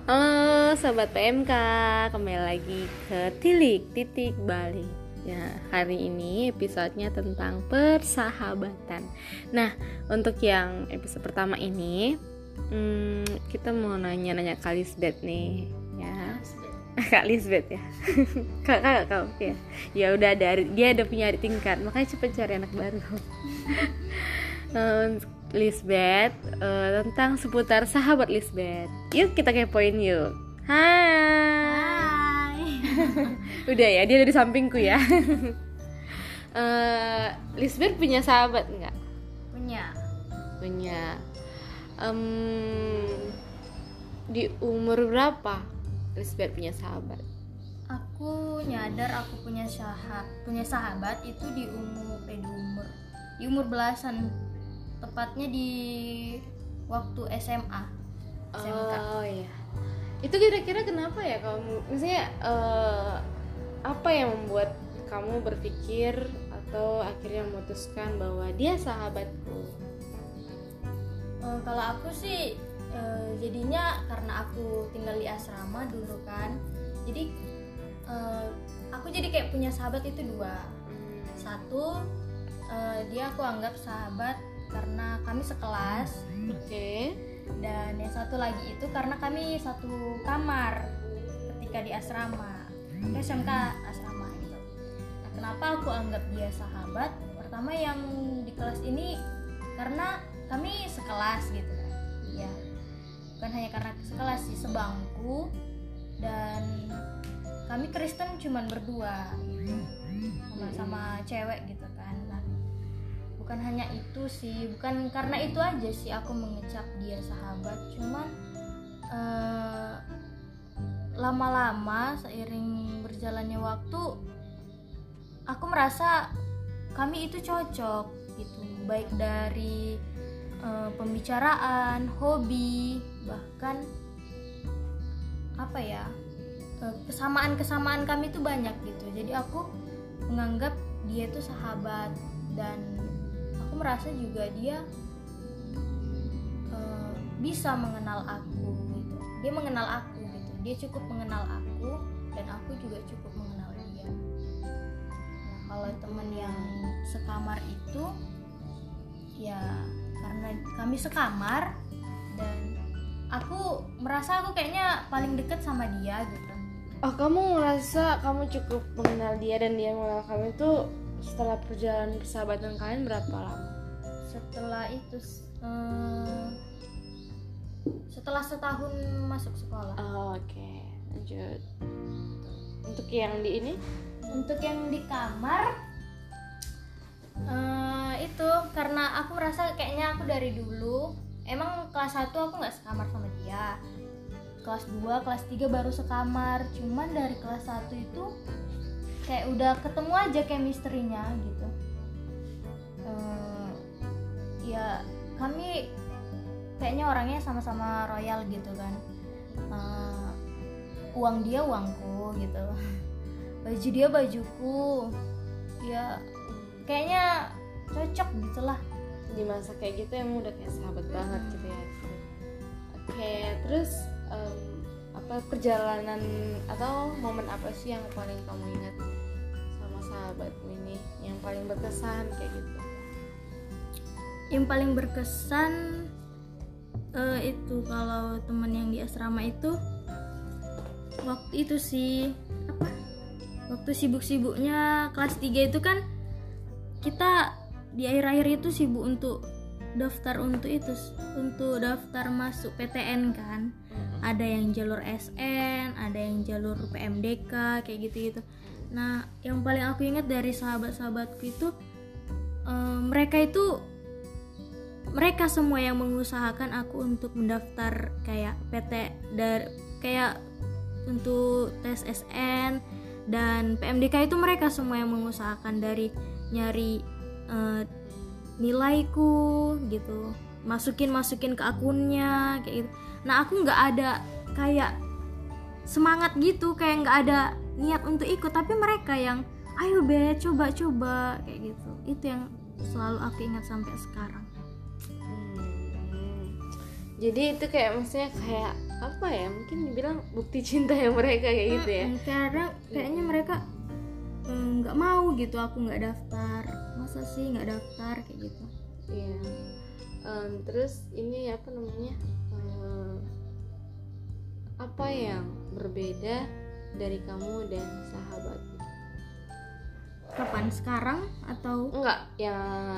Halo Sobat PMK, kembali lagi ke Titik Balik. Ya, hari ini episodenya tentang persahabatan. Nah, untuk yang episode pertama ini, kita mau nanya-nanya Kak Lisbeth nih, ya. Kak Lisbeth ya. Kakak kau ya. Ya udah dia ada punya adik tingkat, makanya cepet cari anak baru. Lisbeth, tentang seputar sahabat Lisbeth. Yuk kita kepoin yuk. Hai. Udah ya, dia ada di sampingku ya. Lisbeth punya sahabat nggak? Punya. Di umur berapa Lisbeth punya sahabat? Aku nyadar aku punya sahabat itu di umur belasan, tepatnya di waktu SMA. SMK. Oh iya. Itu kira-kira kenapa ya kamu? Misalnya apa yang membuat kamu berpikir atau akhirnya memutuskan bahwa dia sahabatku? Kalau aku sih jadinya karena aku tinggal di asrama dulu kan. Jadi aku jadi kayak punya sahabat itu dua. Satu, dia aku anggap sahabat karena kami sekelas. Oke. Dan yang satu lagi itu karena kami satu kamar ketika di asrama. SMK asrama gitu. Nah, kenapa aku anggap dia sahabat? Pertama, yang di kelas ini karena kami sekelas gitu kan. Ya. Bukan hanya karena sekelas sih, sebangku, dan kami Kristen cuman berdua gitu. Sama cewek gitu kan. Nah, bukan hanya itu sih, bukan karena itu aja sih aku mengecap dia sahabat. Cuman lama-lama seiring berjalannya waktu, aku merasa kami itu cocok gitu, baik dari pembicaraan, hobi, bahkan apa ya, kesamaan kami itu banyak gitu. Jadi aku menganggap dia itu sahabat, dan aku merasa juga dia bisa mengenal aku gitu. Dia mengenal aku gitu. Dia cukup mengenal aku, dan aku juga cukup mengenal dia. Nah, kalau teman yang sekamar itu ya karena kami sekamar, dan aku merasa aku kayaknya paling deket sama dia gitu. Oh, kamu ngerasa kamu cukup mengenal dia dan dia mengenal kamu itu setelah perjalanan persahabatan kalian berapa lama? Setelah itu setelah setahun masuk sekolah. Oke, lanjut. Untuk yang di ini? Untuk yang di kamar itu karena aku merasa kayaknya aku dari dulu, emang kelas 1 aku gak sekamar sama dia, kelas 2, kelas 3 baru sekamar. Cuman dari kelas 1 itu kayak udah ketemu aja chemistry-nya gitu. Ya kami kayaknya orangnya sama-sama royal gitu kan. Uang dia uangku gitu, baju dia bajuku, ya kayaknya cocok gitulah. Di masa kayak gitu emang udah kayak sahabat banget gitu ya. Oke, terus apa perjalanan atau momen apa sih yang paling kamu ingat sama sahabatmu ini, yang paling berkesan kayak gitu? Yang paling berkesan itu kalau teman yang di asrama itu waktu itu sih waktu sibuk-sibuknya kelas 3 itu kan, kita di akhir-akhir itu sibuk untuk daftar untuk daftar masuk PTN kan. Ada yang jalur SN, ada yang jalur PMDK kayak gitu-gitu. Nah, yang paling aku ingat dari sahabat-sahabatku itu mereka semua yang mengusahakan aku untuk mendaftar kayak kayak untuk tes SN dan PMDK. Itu mereka semua yang mengusahakan, dari nyari nilaiku gitu, masukin ke akunnya kayak gitu. Nah, aku nggak ada kayak semangat gitu, kayak nggak ada niat untuk ikut, tapi mereka yang ayo be coba kayak gitu. Itu yang selalu aku ingat sampai sekarang. Jadi itu kayak maksudnya kayak apa ya, mungkin dibilang bukti cinta yang mereka kayak gitu ya. Karena kayaknya mereka nggak mau gitu aku nggak daftar, masa sih nggak daftar kayak gitu. Iya. Terus ini apa namanya, apa yang berbeda dari kamu dan sahabat? Kapan, sekarang atau Enggak, ya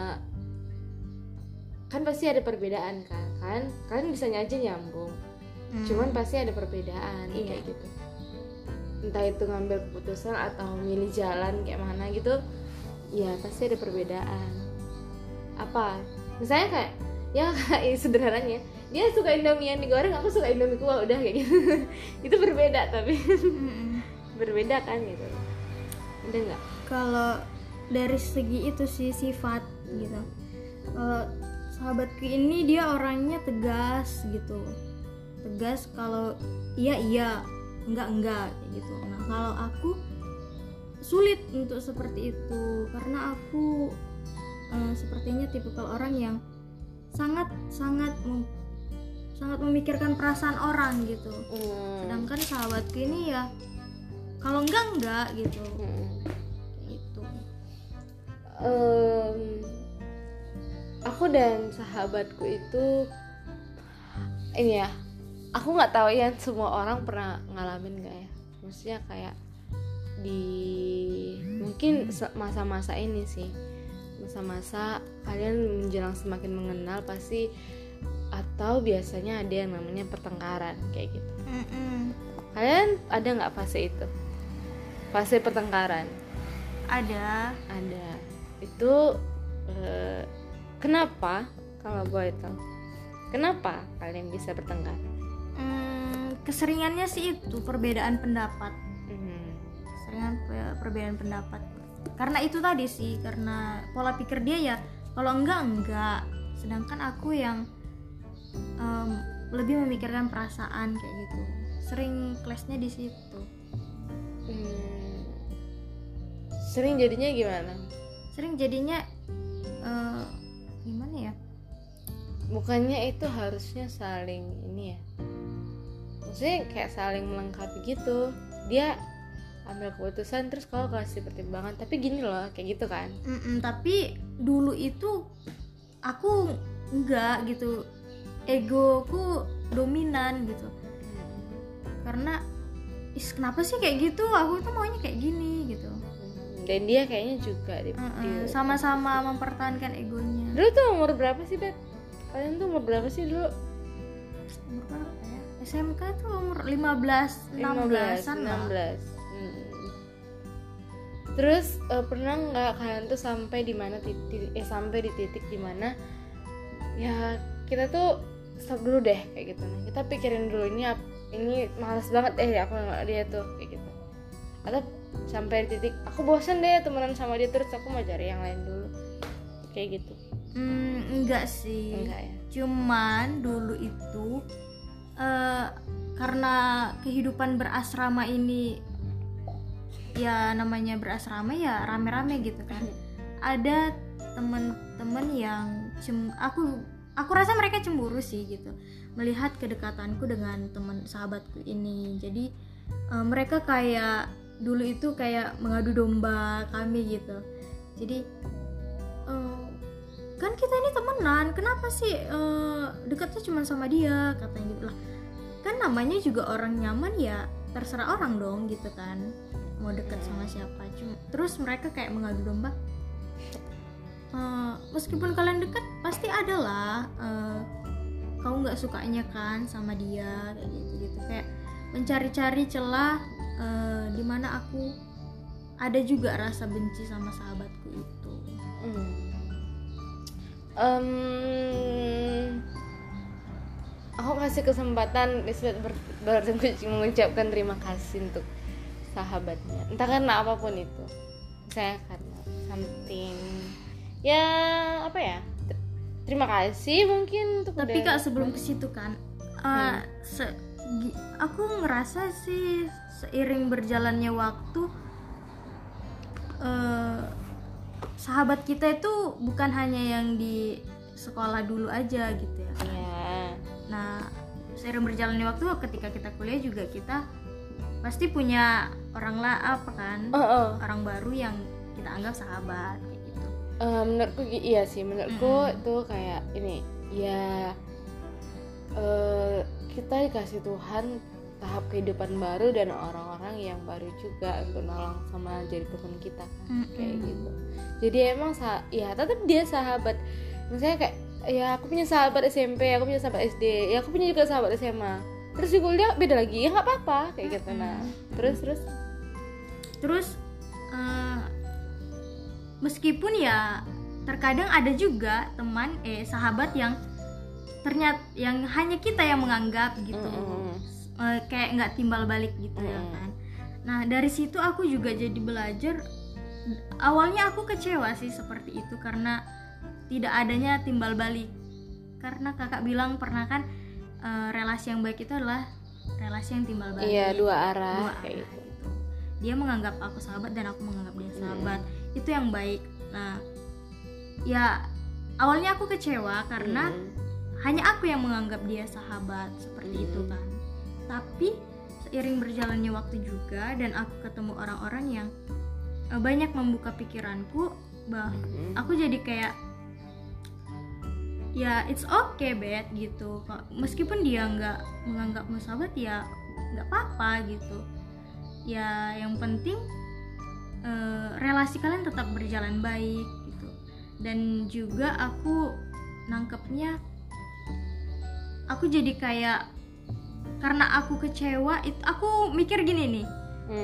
kan pasti ada perbedaan kan kalian bisanya aja nyambung, cuman pasti ada perbedaan. Iya. Kayak gitu, entah itu ngambil keputusan atau milih jalan kayak mana gitu, ya pasti ada perbedaan. Apa misalnya kayak ya kayak sederhananya dia suka Indomie yang digoreng, aku suka Indomie kuah, udah kayak gitu. Itu berbeda tapi berbeda kan gitu, udah nggak? kalau dari segi itu sih sifat gitu. Kalau sahabatku ini dia orangnya tegas gitu, tegas kalau iya enggak kayak gitu. Nah kalau aku sulit untuk seperti itu karena aku sepertinya tipikal orang yang sangat memikirkan perasaan orang gitu. Sedangkan sahabatku ini ya kalau enggak gitu. Gitu. Aku dan sahabatku itu ini ya, aku nggak tahu ya semua orang pernah ngalamin nggak ya, maksudnya kayak di mungkin masa-masa ini sih, masa-masa kalian menjelang semakin mengenal pasti, atau biasanya ada yang namanya pertengkaran kayak gitu. Kalian ada nggak fase itu, fase pertengkaran? Ada. Itu kenapa, kalau boleh tahu kenapa kalian bisa bertengkar? Keseringannya sih itu perbedaan pendapat. Keseringan perbedaan pendapat. Karena itu tadi sih, karena pola pikir dia ya kalau enggak. Sedangkan aku yang lebih memikirkan perasaan kayak gitu. Sering clash-nya di situ. Sering jadinya gimana? Sering jadinya gimana ya? Bukannya itu harusnya saling ini ya, maksudnya kayak saling melengkapi gitu. Dia ambil keputusan terus kau kasih pertimbangan, tapi gini loh kayak gitu kan. Tapi dulu itu aku enggak gitu, egoku dominan gitu. Karena kenapa sih kayak gitu, aku tuh maunya kayak gini gitu. Dan dia kayaknya juga sama-sama mempertahankan egonya. Dulu tuh umur berapa sih, Beb? Kalian tuh umur berapa sih dulu? Umur berapa ya? SMK tuh umur 15-16an lah. Terus pernah nggak kalian tuh sampai di mana sampai di titik dimana ya kita tuh stop dulu deh kayak gitu. Nah, kita pikirin dulu ini malas banget aku nggak dia tuh kayak gitu. Atau sampai di titik aku bosan deh temenan sama dia, terus aku mau cari yang lain dulu kayak gitu. Enggak sih. Enggak ya. Cuman dulu itu karena kehidupan berasrama ini, ya namanya berasrama ya rame-rame gitu kan. Ada temen-temen yang aku rasa mereka cemburu sih gitu melihat kedekatanku dengan teman sahabatku ini. Jadi mereka kayak dulu itu kayak mengadu domba kami gitu. Jadi kan kita ini temenan, kenapa sih dekatnya cuma sama dia, katanya gitu lah. Kan namanya juga orang nyaman ya, terserah orang dong gitu kan, mau dekat sama siapa. Terus mereka kayak mengadu domba, meskipun kalian dekat pasti ada lah kamu nggak sukanya kan sama dia kayak gitu kayak mencari-cari celah dimana aku ada juga rasa benci sama sahabatku itu. Aku kasih kesempatan mengucapkan terima kasih untuk sahabatnya, entah karena apapun itu. Saya karena something ya apa ya, terima kasih mungkin untuk. Tapi Kak sebelum ke situ kan aku ngerasa sih seiring berjalannya waktu sahabat kita itu bukan hanya yang di sekolah dulu aja gitu ya. Yeah. Nah seiring berjalannya waktu ketika kita kuliah juga kita pasti punya orang lah apa kan, orang baru yang kita anggap sahabat kayak gitu. Menurutku iya sih, menurutku itu kayak ini ya, kita dikasih Tuhan tahap kehidupan baru dan orang-orang yang baru juga untuk nolong sama jadi teman kita kayak gitu. Jadi emang ya tetap dia sahabat. Misalnya kayak ya aku punya sahabat SMP, aku punya sahabat SD, ya aku punya juga sahabat SMA. Terus di kuliah beda lagi, ya nggak apa-apa kayak gitu. Nah terus meskipun ya terkadang ada juga teman sahabat yang ternyata yang hanya kita yang menganggap gitu, kayak nggak timbal balik gitu ya kan. Nah dari situ aku juga jadi belajar. Awalnya aku kecewa sih seperti itu karena tidak adanya timbal balik. Karena kakak bilang pernah kan, relasi yang baik itu adalah relasi yang timbal balik. Iya, dua arah kayak gitu. Dia menganggap aku sahabat dan aku menganggap dia sahabat. Itu yang baik. Nah, ya awalnya aku kecewa karena hanya aku yang menganggap dia sahabat seperti itu kan. Tapi seiring berjalannya waktu juga dan aku ketemu orang-orang yang banyak membuka pikiranku, aku jadi kayak ya it's okay bet gitu. Meskipun dia nggak menganggapmu sahabat ya nggak apa-apa gitu. Ya yang penting relasi kalian tetap berjalan baik gitu. Dan juga aku nangkepnya, aku jadi kayak karena aku kecewa itu, aku mikir gini nih,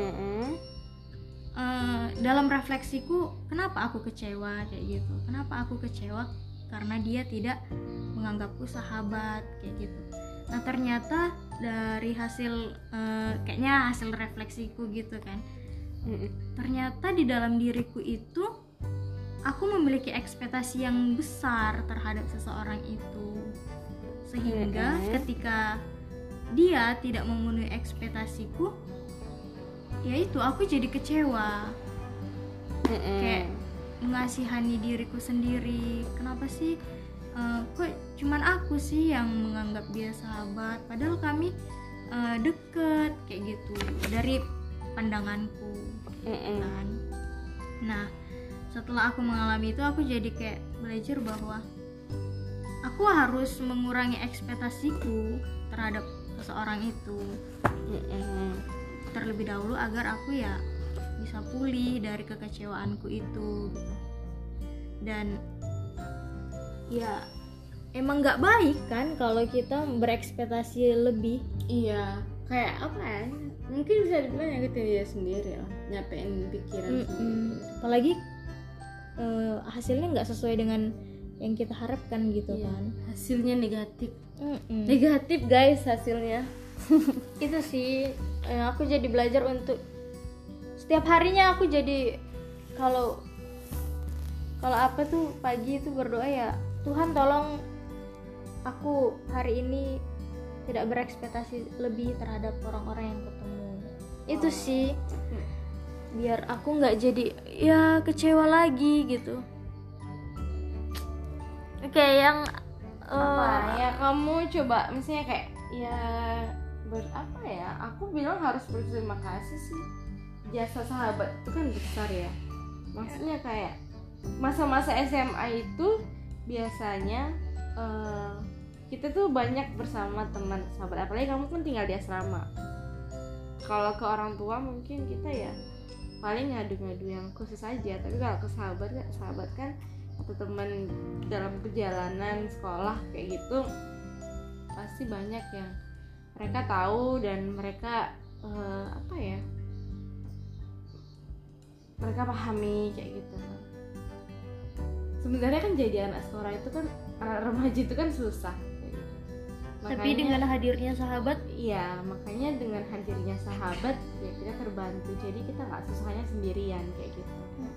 dalam refleksiku kenapa aku kecewa kayak gitu, kenapa aku kecewa karena dia tidak menganggapku sahabat kayak gitu. Nah ternyata dari hasil kayaknya hasil refleksiku gitu kan, ternyata di dalam diriku itu aku memiliki ekspektasi yang besar terhadap seseorang itu, sehingga ketika dia tidak memenuhi ekspektasiku, ya itu aku jadi kecewa. Kayak mengasihani diriku sendiri, kenapa sih kok cuman aku sih yang menganggap dia sahabat, padahal kami deket kayak gitu dari pandanganku kan. Nah setelah aku mengalami itu, aku jadi kayak belajar bahwa aku harus mengurangi ekspektasiku terhadap seseorang itu terlebih dahulu agar aku ya bisa pulih dari kekecewaanku itu gitu. Dan ya emang nggak baik kan kalau kita berekspektasi lebih. Iya, kayak apa ya, mungkin bisa dibilang nyakitin dia sendiri lah, nyapain pikiran sendiri. Apalagi hasilnya nggak sesuai dengan yang kita harapkan gitu kan. Hasilnya negatif. Negatif guys hasilnya. Itu sih aku jadi belajar untuk setiap harinya aku jadi kalau apa tuh pagi itu berdoa, ya Tuhan tolong aku hari ini tidak berekspektasi lebih terhadap orang-orang yang ketemu. Itu sih biar aku nggak jadi ya kecewa lagi gitu. Oke, yang apa ya, kamu coba misalnya kayak ya apa ya, aku bilang harus berterima kasih sih. Jasa sahabat itu kan besar ya, maksudnya kayak masa-masa SMA itu biasanya kita tuh banyak bersama teman sahabat, apalagi kamu kan tinggal di asrama. Kalau ke orang tua mungkin kita ya paling ngadu-ngadu yang khusus aja, tapi kalau ke sahabat kan atau teman dalam perjalanan sekolah kayak gitu, pasti banyak yang mereka tahu dan mereka apa ya, mereka pahami kayak gitu. Sebenarnya kan jadi anak sekolah itu kan, anak remaja itu kan susah kayak gitu. Tapi dengan hadirnya sahabat, iya, makanya dengan hadirnya sahabat ya kita terbantu, jadi kita nggak susahnya sendirian kayak gitu.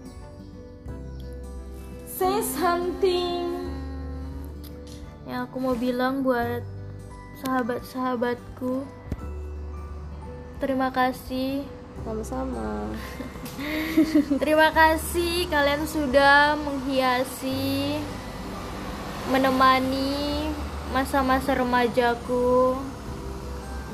Say something. yang aku mau bilang buat sahabat-sahabatku, terima kasih. Sama-sama. Terima kasih kalian sudah menghiasi, menemani masa-masa remajaku.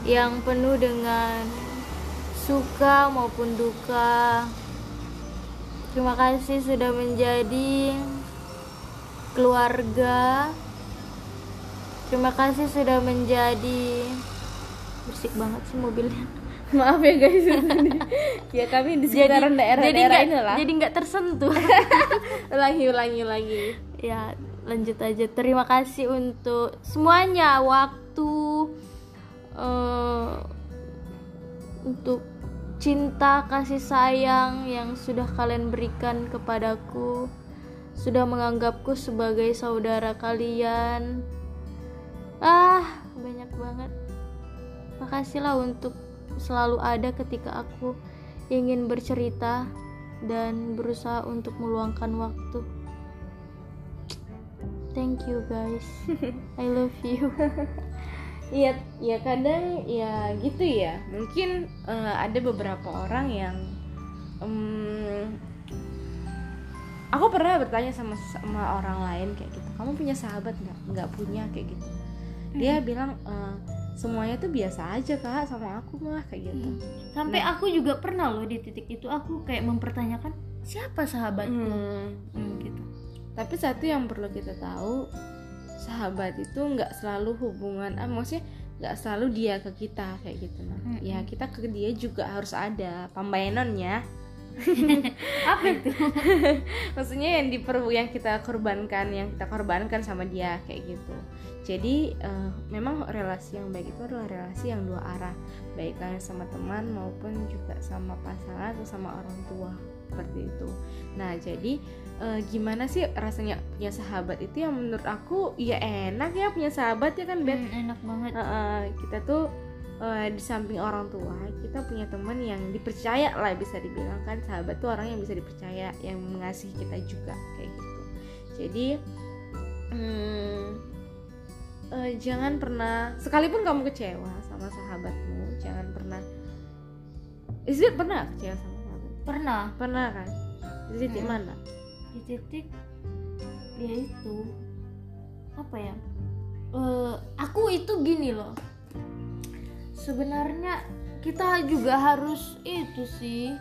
yang penuh dengan suka maupun duka. Terima kasih sudah menjadi keluarga. Terima kasih sudah menjadi, berisik banget sih mobilnya. Maaf ya guys. Ya kami di sekitaran daerah-daerah ini lah. Jadi nggak tersentuh. ulangi. Ya lanjut aja. Terima kasih untuk semuanya, waktu, untuk cinta, kasih sayang yang sudah kalian berikan kepadaku, sudah menganggapku sebagai saudara kalian. Banyak banget. Makasihlah untuk selalu ada ketika aku ingin bercerita dan berusaha untuk meluangkan waktu. Thank you guys. I love you. Iya, ya kadang ya gitu ya. Mungkin ada beberapa orang yang aku pernah bertanya sama orang lain kayak gitu. Kamu punya sahabat nggak? Nggak punya kayak gitu. Dia bilang semuanya tuh biasa aja kak sama aku mah kayak gitu. Sampai aku juga pernah loh di titik itu aku kayak mempertanyakan siapa sahabatku. Gitu. Tapi satu yang perlu kita tahu, sahabat itu nggak selalu hubungan, maksudnya nggak selalu dia ke kita kayak gitu nah. Ya kita ke dia juga harus ada pambayanannya. Apa itu? Maksudnya yang kita korbankan sama dia kayak gitu. Jadi memang relasi yang baik itu adalah relasi yang dua arah, baik kalian sama teman maupun juga sama pasangan atau sama orang tua, seperti itu. Nah jadi gimana sih rasanya punya sahabat itu? Yang menurut aku ya enak ya punya sahabat ya kan, Bet. Enak banget. Kita tuh di samping orang tua kita punya teman yang dipercaya lah, bisa dibilang kan sahabat tuh orang yang bisa dipercaya, yang mengasihi kita juga kayak gitu. Jadi jangan pernah, sekalipun kamu kecewa sama sahabatmu, jangan pernah. Pernah kecewa sama sahabat? Pernah kan? Di titik mana? Di titik ya itu apa ya? Aku itu gini loh. Sebenarnya kita juga harus itu sih,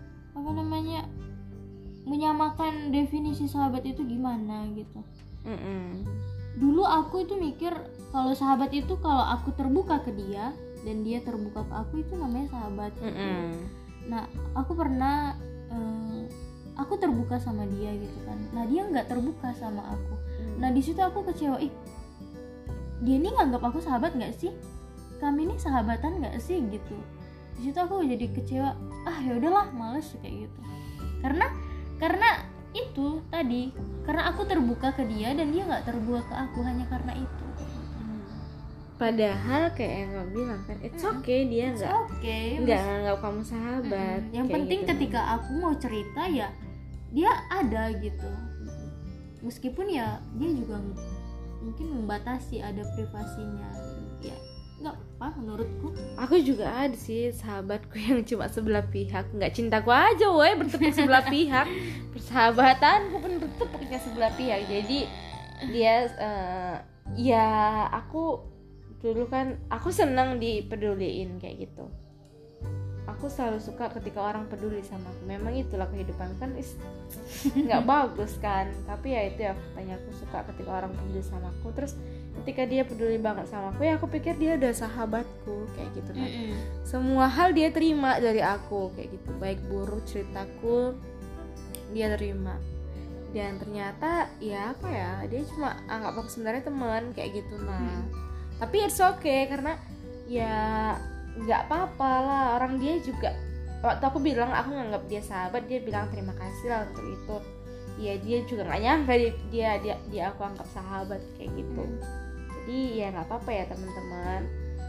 menyamakan definisi sahabat itu gimana gitu. Dulu aku itu mikir kalau sahabat itu kalau aku terbuka ke dia dan dia terbuka ke aku, itu namanya sahabat. Nah aku pernah aku terbuka sama dia gitu kan, nah dia nggak terbuka sama aku. Nah di situ aku kecewa, dia ini nganggap aku sahabat nggak sih, kami ini sahabatan nggak sih gitu. Di situ aku jadi kecewa, ya udahlah, males kayak gitu. Karena itu tadi, karena aku terbuka ke dia dan dia nggak terbuka ke aku, hanya karena itu. Padahal kayak yang kamu bilang kan, it's okay, dia nggak nganggap kamu sahabat. Yang penting gitu. Ketika aku mau cerita ya dia ada gitu, meskipun ya dia juga mungkin membatasi, ada privasinya ya, nggak apa menurutku. Aku juga ada sih sahabatku yang cuma sebelah pihak, nggak cintaku aja woi bertepuk sebelah pihak, persahabatanku pun bertepuknya sebelah pihak. Jadi dia ya aku dulu kan aku senang dipeduliin kayak gitu. Aku selalu suka ketika orang peduli sama aku. Memang itulah kehidupan kan, nggak bagus kan. Tapi ya itu ya katanya, aku suka ketika orang peduli sama aku. Terus ketika dia peduli banget sama aku, ya aku pikir dia udah sahabatku kayak gitu kan. Semua hal dia terima dari aku kayak gitu, baik buruk ceritaku dia terima. Dan ternyata ya apa ya, dia cuma anggap aku sebenarnya teman kayak gitu nah. Tapi it's okay karena ya nggak apa-apa lah, orang dia juga waktu aku bilang aku nganggap dia sahabat, dia bilang terima kasih lah untuk itu. Ya dia juga nggak nyangka dia aku anggap sahabat kayak gitu. Jadi ya nggak apa-apa ya teman-teman.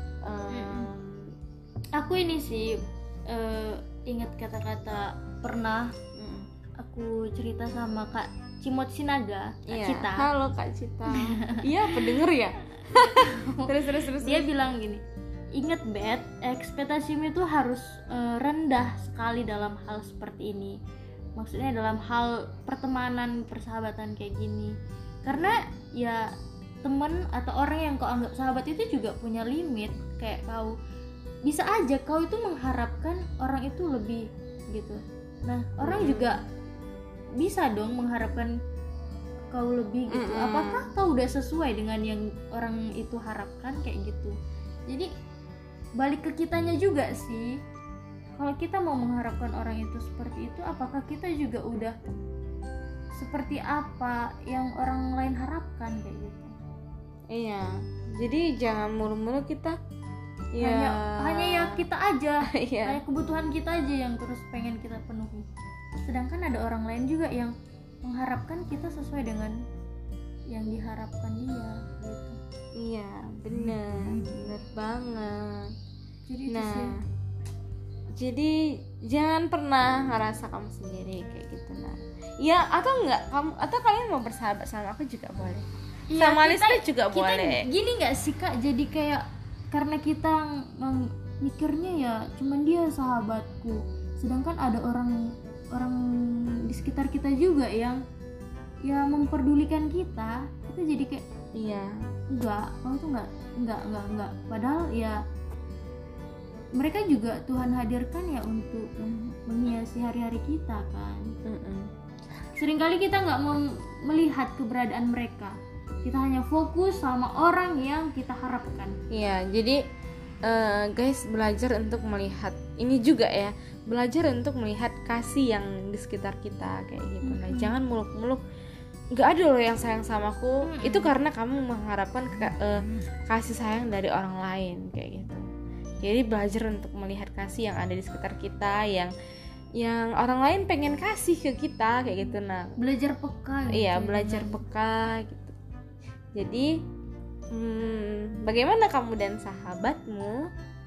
Aku ini sih ingat kata-kata pernah aku cerita sama Kak Cimot Sinaga, Kak Cita. Halo Kak Cita. Iya pendengar ya. terus dia bilang gini, ingat Bet, ekspektasimu itu harus rendah sekali dalam hal seperti ini. Maksudnya dalam hal pertemanan, persahabatan kayak gini. Karena ya temen atau orang yang kau anggap sahabat itu juga punya limit. Kayak kau bisa aja kau itu mengharapkan orang itu lebih gitu. Nah orang juga bisa dong mengharapkan kau lebih gitu. Apakah kau udah sesuai dengan yang orang itu harapkan kayak gitu? Jadi balik ke kitanya juga sih. Kalau kita mau mengharapkan orang itu seperti itu, apakah kita juga udah seperti apa yang orang lain harapkan kayak gitu? Iya. Jadi jangan mulu-mulu kita hanya ya kita aja, Iya. hanya kebutuhan kita aja yang terus pengen kita penuhi. Sedangkan ada orang lain juga yang mengharapkan kita sesuai dengan yang diharapkan dia gitu. Iya, bener banget. Jadi itu Nah, sih. jadi jangan pernah ngerasa kamu sendiri kayak gitu. Nah, ya atau enggak kamu atau kalian mau bersahabat sama aku juga boleh. Iya, Sama kita- Lista juga kita boleh. Gini nggak sih Kak? Jadi kayak karena kita mikirnya ya cuman dia sahabatku, sedangkan ada orang di sekitar kita juga yang ya memperdulikan kita jadi kayak Iya. enggak, kamu tuh enggak, padahal ya mereka juga Tuhan hadirkan ya untuk menghiasi hari-hari kita kan. Seringkali kita nggak melihat keberadaan mereka, kita hanya fokus sama orang yang kita harapkan. Iya, jadi guys, belajar untuk melihat ini juga ya, belajar untuk melihat kasih yang di sekitar kita kayak gitu. Nah, jangan muluk-muluk nggak ada loh yang sayang sama aku, itu karena kamu mengharapkan kasih sayang dari orang lain kayak gitu. Jadi belajar untuk melihat kasih yang ada di sekitar kita, yang orang lain pengen kasih ke kita kayak gitu. Nah, Belajar peka gitu. iya, belajar peka gitu. Jadi bagaimana kamu dan sahabatmu?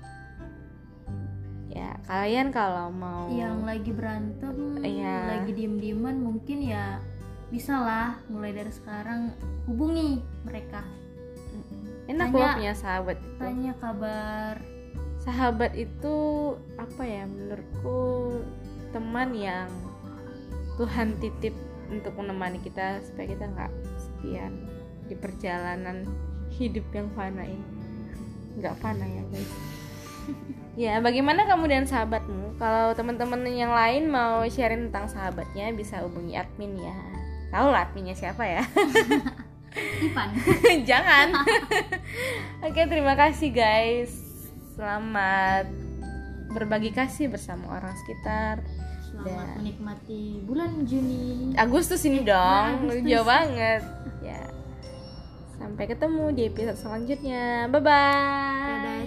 Ya, kalian kalau mau yang lagi berantem, Iya. lagi diem-dieman, mungkin ya bisa lah mulai dari sekarang hubungi mereka, enak tanya- loh punya sahabat itu. tanya kabar. Sahabat itu apa ya, menurutku teman yang Tuhan titip untuk menemani kita supaya kita nggak kesepian di perjalanan hidup yang fana ini. Nggak fana ya guys. Ya, bagaimana kamu dan sahabatmu? Kalau teman-teman yang lain mau sharing tentang sahabatnya, bisa hubungi admin ya. Tahu lah adminnya siapa ya? Ipan. Jangan. Oke, terima kasih guys. Selamat berbagi kasih bersama orang sekitar. Selamat menikmati bulan Juni. Agustus ini dong, Agustus. jauh banget. Ya. Sampai ketemu di episode selanjutnya. Bye bye. Dadah